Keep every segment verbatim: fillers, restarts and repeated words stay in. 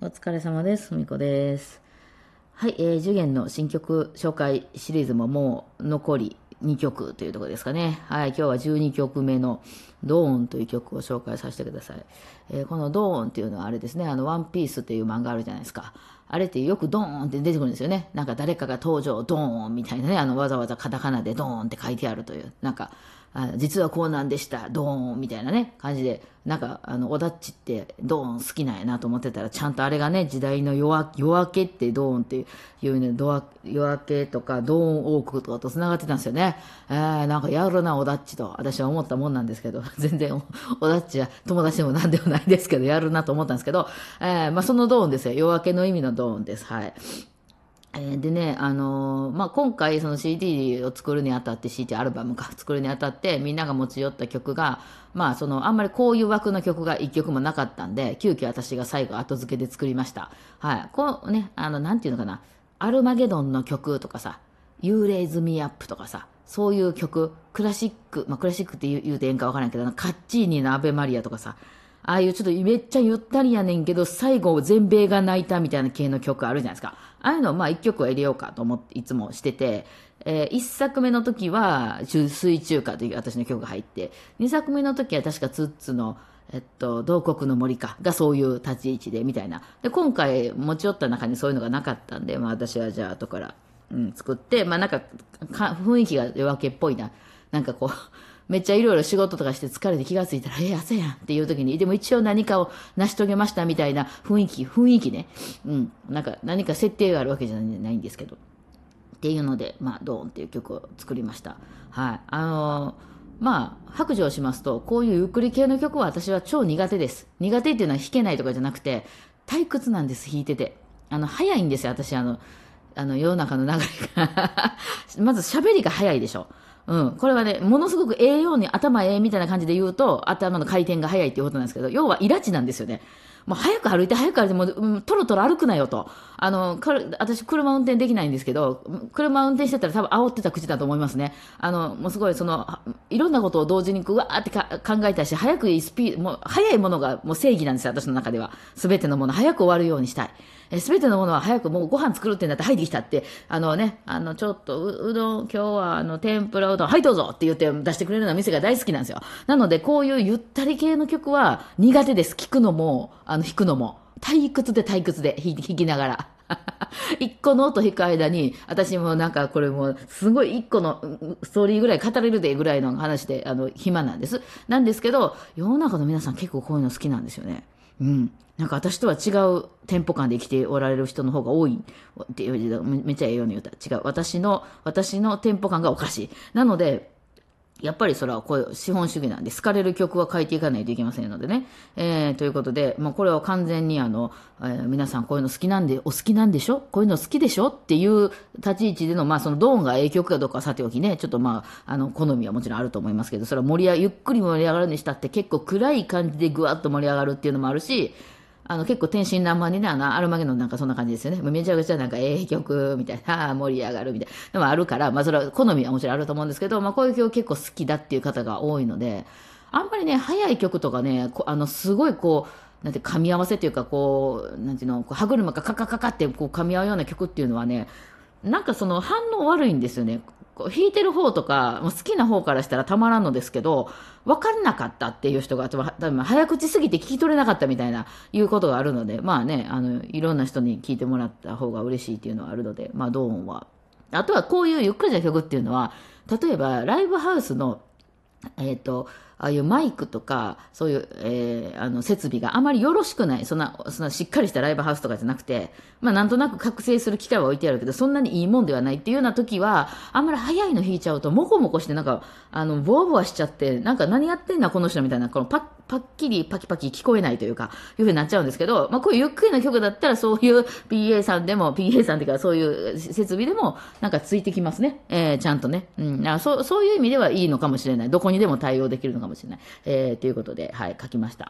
お疲れ様です。ふみこです。はい、えー、次元の新曲紹介シリーズももう残りにきょくというところですかね。はい、今日はじゅうにきょくめのドーンという曲を紹介させてください。えー、このドーンっていうのはあれですね、あのワンピースっていう漫画あるじゃないですか。あれってよくドーンって出てくるんですよね。なんか誰かが登場、ドーンみたいなね、あのわざわざカタカナでドーンって書いてあるという、なんか、あ実はこうなんでした、ドーンみたいなね、感じで、なんか、あの、オダッチってドーン好きなんやなと思ってたら、ちゃんとあれがね、時代の夜明夜明けってドーンっていうね、ドア夜明けとか、ドーン王国とかと繋がってたんですよね。えー、なんかやるな、オダッチと、私は思ったもんなんですけど、全然、オダッチは友達でもなんでもないですけど、やるなと思ったんですけど、えー、まあ、そのドーンですよ。夜明けの意味のドーンです。はい。えーでね、あのーまあ、今回その シーディー を作るにあたって シーディー アルバムか作るにあたってみんなが持ち寄った曲が、まあ、そのあんまりこういう枠の曲が一曲もなかったんで、急遽私が最後後付けで作りました。はい。こうね、あの、なんていうのかな、アルマゲドンの曲とかさ、幽霊ズミアップとかさ、そういう曲、クラシック、まあ、クラシックって言う言うてええんかわからんけど、カッチーニのアベマリアとかさ、ああいうちょっとめっちゃゆったりやねんけど、最後全米が泣いたみたいな系の曲あるじゃないですか。ああいうのをまあ一曲は入れようかと思っていつもしてて、えー、一作目の時は水中歌という私の曲が入って、二作目の時は確かツッツのえっと、洞窟の森かがそういう立ち位置でみたいな。で、今回持ち寄った中にそういうのがなかったんで、まあ私はじゃあ後から、うん、作って、まあなんかか雰囲気が夜明けっぽいな。なんかこう、めっちゃいろいろ仕事とかして疲れて気がついたら、えー、朝やんっていう時に、でも一応何かを成し遂げましたみたいな雰囲気、雰囲気ね。うん。なんか何か設定があるわけじゃないんですけど。っていうので、まあ、ドーンっていう曲を作りました。はい。あのーまあ、白状しますと、こういうゆっくり系の曲は私は超苦手です。苦手っていうのは弾けないとかじゃなくて、退屈なんです、弾いてて。あの、早いんですよ、私、あの、あの、世の中の流れがまず喋りが早いでしょ。うん。これはね、ものすごくええように頭ええみたいな感じで言うと、頭の回転が早いっていうことなんですけど、要はイラチなんですよね。もう早く歩いて早く歩いて、もう、うん、トロトロ歩くなよと。あの、か私車運転できないんですけど、車運転してたら多分煽ってた口だと思いますね。あの、もうすごいその、いろんなことを同時にうわーってか考えたし、早くスピード、もう早いものがもう正義なんですよ、私の中では。すべてのもの早く終わるようにしたい。すべてのものは早くもうご飯作るってなって入ってきたって、あのね、あの、ちょっとう、うどん、今日はあの、天ぷらうどん、はいどうぞって言って出してくれるような店が大好きなんですよ。なので、こういうゆったり系の曲は苦手です。聴くのも、あの、弾くのも。退屈で退屈で弾きながら。一個の音弾く間に、私もなんかこれもすごい一個のストーリーぐらい語れるでぐらいの話で、あの、暇なんです。なんですけど、世の中の皆さん結構こういうの好きなんですよね。うん。なんか私とは違うテンポ感で生きておられる人の方が多いっていうめっちゃええように言ったら違う。私の、私のテンポ感がおかしい。なので、やっぱりそれはこういう資本主義なんで、好かれる曲は書いていかないといけませんのでね。えー、ということで、もうこれは完全にあの、えー、皆さんこういうの好きなんで、お好きなんでしょこういうの好きでしょっていう立ち位置での、まあそのドーンが影曲かどうかはさておきね、ちょっとまあ、あの、好みはもちろんあると思いますけど、それは盛り上ゆっくり盛り上がるにしたって結構暗い感じでぐわっと盛り上がるっていうのもあるし、あの結構天真爛漫にね、あの、アルマゲドンなんかそんな感じですよね。めちゃくちゃなんかええ曲みたいな、盛り上がるみたいな。でもあるから、まあそれは好みはもちろんあると思うんですけど、まあこういう曲結構好きだっていう方が多いので、あんまりね、早い曲とかね、こあの、すごいこう、なんて噛み合わせっていうか、こう、なんていうの、こう歯車がカカカカってこう噛み合うような曲っていうのはね、なんかその反応悪いんですよね。こう弾いてる方とか、好きな方からしたらたまらんのですけど、分かんなかったっていう人が、多分早口すぎて聞き取れなかったみたいな、いうことがあるので、まあね、あの、いろんな人に聞いてもらった方が嬉しいっていうのはあるので、まあ、ドーンは。あとはこういうゆっくりした曲っていうのは、例えば、ライブハウスのえっ、と、ああいうマイクとか、そういう、えーあの、設備があまりよろしくない、そんな、そんなしっかりしたライブハウスとかじゃなくて、まあ、なんとなく覚醒する機械は置いてあるけど、そんなにいいもんではないっていうような時は、あんまり早いの弾いちゃうと、もこもこして、なんか、あの、ボワボワしちゃって、なんか何やってんだ、この人みたいな、このパッ、パッキリ、パキパキ聞こえないというか、いう風になっちゃうんですけど、まあ、こういうゆっくりな曲だったら、そういう ピーエー さんでも、ピーエー さんっていうか、そういう設備でも、なんかついてきますね。えー、ちゃんとね。うん、あそう、そういう意味ではいいのかもしれない。どこにでも対応できるのかもしれない。えー、ということで、はい、書きました。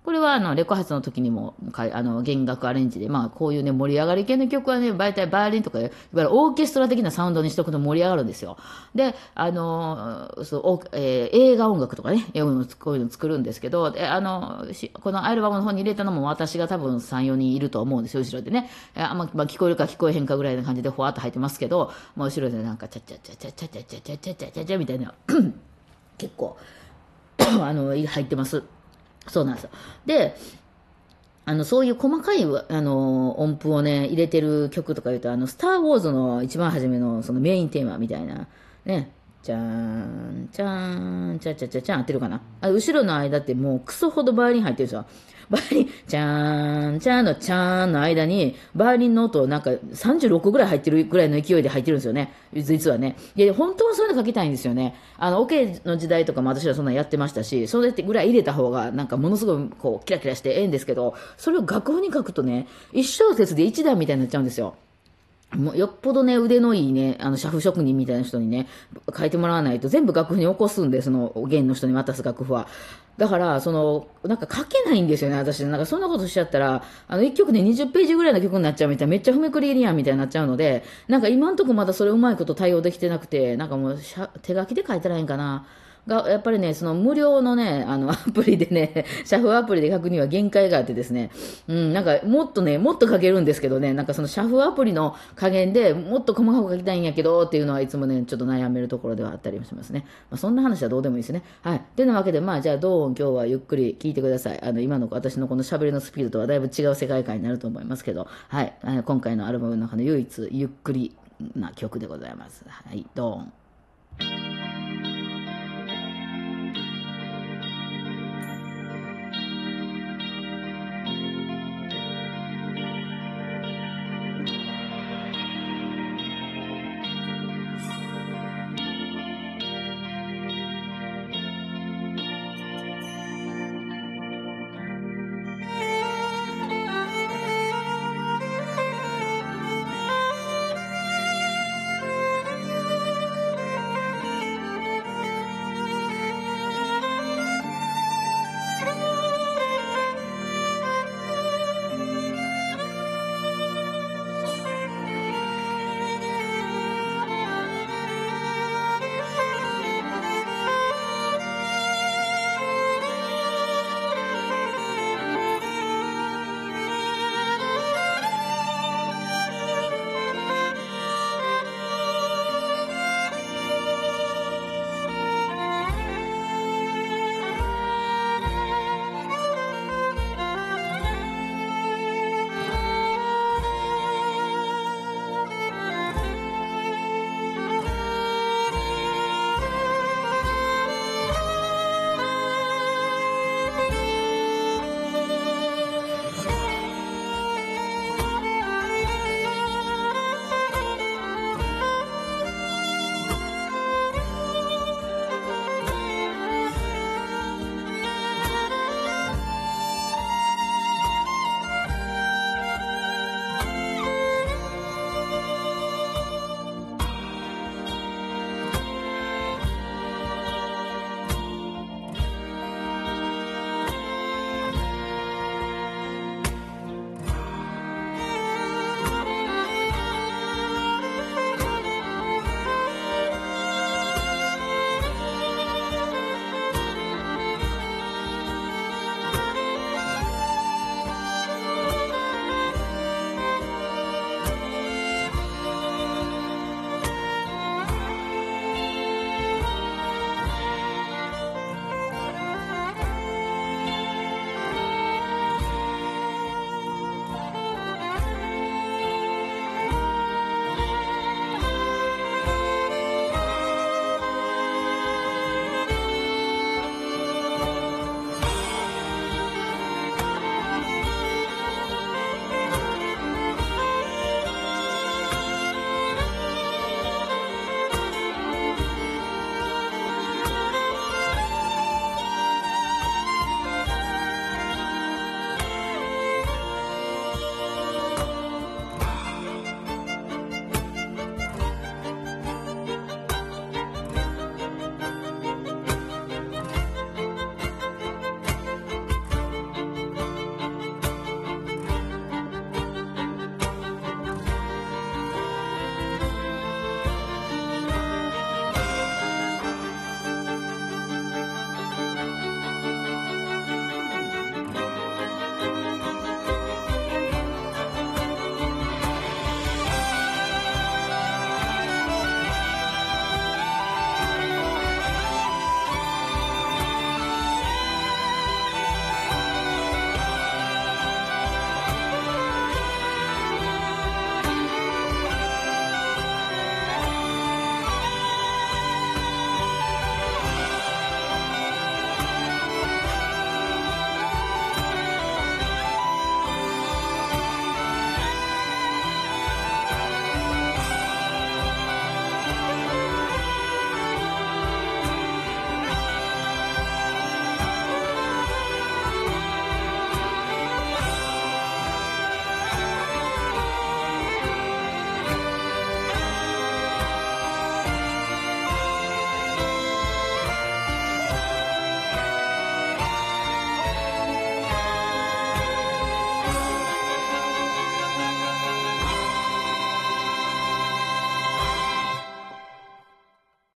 これはあのレコ発の時にもかいあの弦楽アレンジで、まあ、こういうね盛り上がり系の曲はね大体バイオリンとかいわゆるオーケストラ的なサウンドにしておくと盛り上がるんですよ。であのそうお、えー映画音楽とかねこういうのこういうの作るんですけど、であのしこのアルバムの方に入れたのも私が多分さん、よにんいると思うんですよ、後ろでね。えあんままあ、聞こえるか聞こえへんかぐらいな感じでふわっと入ってますけど、まあ、後ろでなんかチャチャチャチャチャチャチャチャチャチャチャチャみたいな結構あの入ってます。そうなんですよ。で、あの、そういう細かい、あの、音符をね、入れてる曲とか言うと、あの、スター・ウォーズの一番初めの、そのメインテーマみたいな、ね、じゃーん、じゃーん、ちゃちゃちゃちゃん合ってるかなあ、後ろの間ってもうクソほどバイオリン入ってるんですよ。バイオリン、じゃーん、じゃーんのちゃーんの間に、バイオリンの音なんかさんじゅうろっこぐらい入ってるぐらいの勢いで入ってるんですよね。実はね。で、本当はそういうの書きたいんですよね。あの、オ、ケの時代とかも私はそんなやってましたし、それってぐらい入れた方が、なんかものすごい、こう、キラキラしてええんですけど、それを楽譜に書くとね、一小節で一段みたいになっちゃうんですよ。もうよっぽどね、腕のいいね、あの、写譜職人みたいな人にね、書いてもらわないと全部楽譜に起こすんで、その、弦の人に渡す楽譜は。だから、その、なんか書けないんですよね、私。なんかそんなことしちゃったら、あの、一曲でにじゅっページぐらいの曲になっちゃうみたいな、めっちゃ譜めくり入りやんみたいになっちゃうので、なんか今んとこまだそれうまいこと対応できてなくて、なんかもうしゃ、手書きで書いたらいいんかな。が、やっぱりね、その無料のね、あの、アプリでね、シャフアプリで書くには限界があってですね、うん、なんかもっとね、もっと書けるんですけどね、なんかそのシャフアプリの加減でもっと細かく書きたいんやけどっていうのはいつもね、ちょっと悩めるところではあったりもしますね。まあ、そんな話はどうでもいいですね。はい。てなわけで、まあじゃあ、どう今日はゆっくり聞いてください。あの、今の私のこの喋りのスピードとはだいぶ違う世界観になると思いますけど、はい。あの今回のアルバムの中の唯一ゆっくりな曲でございます。はい、ドーン。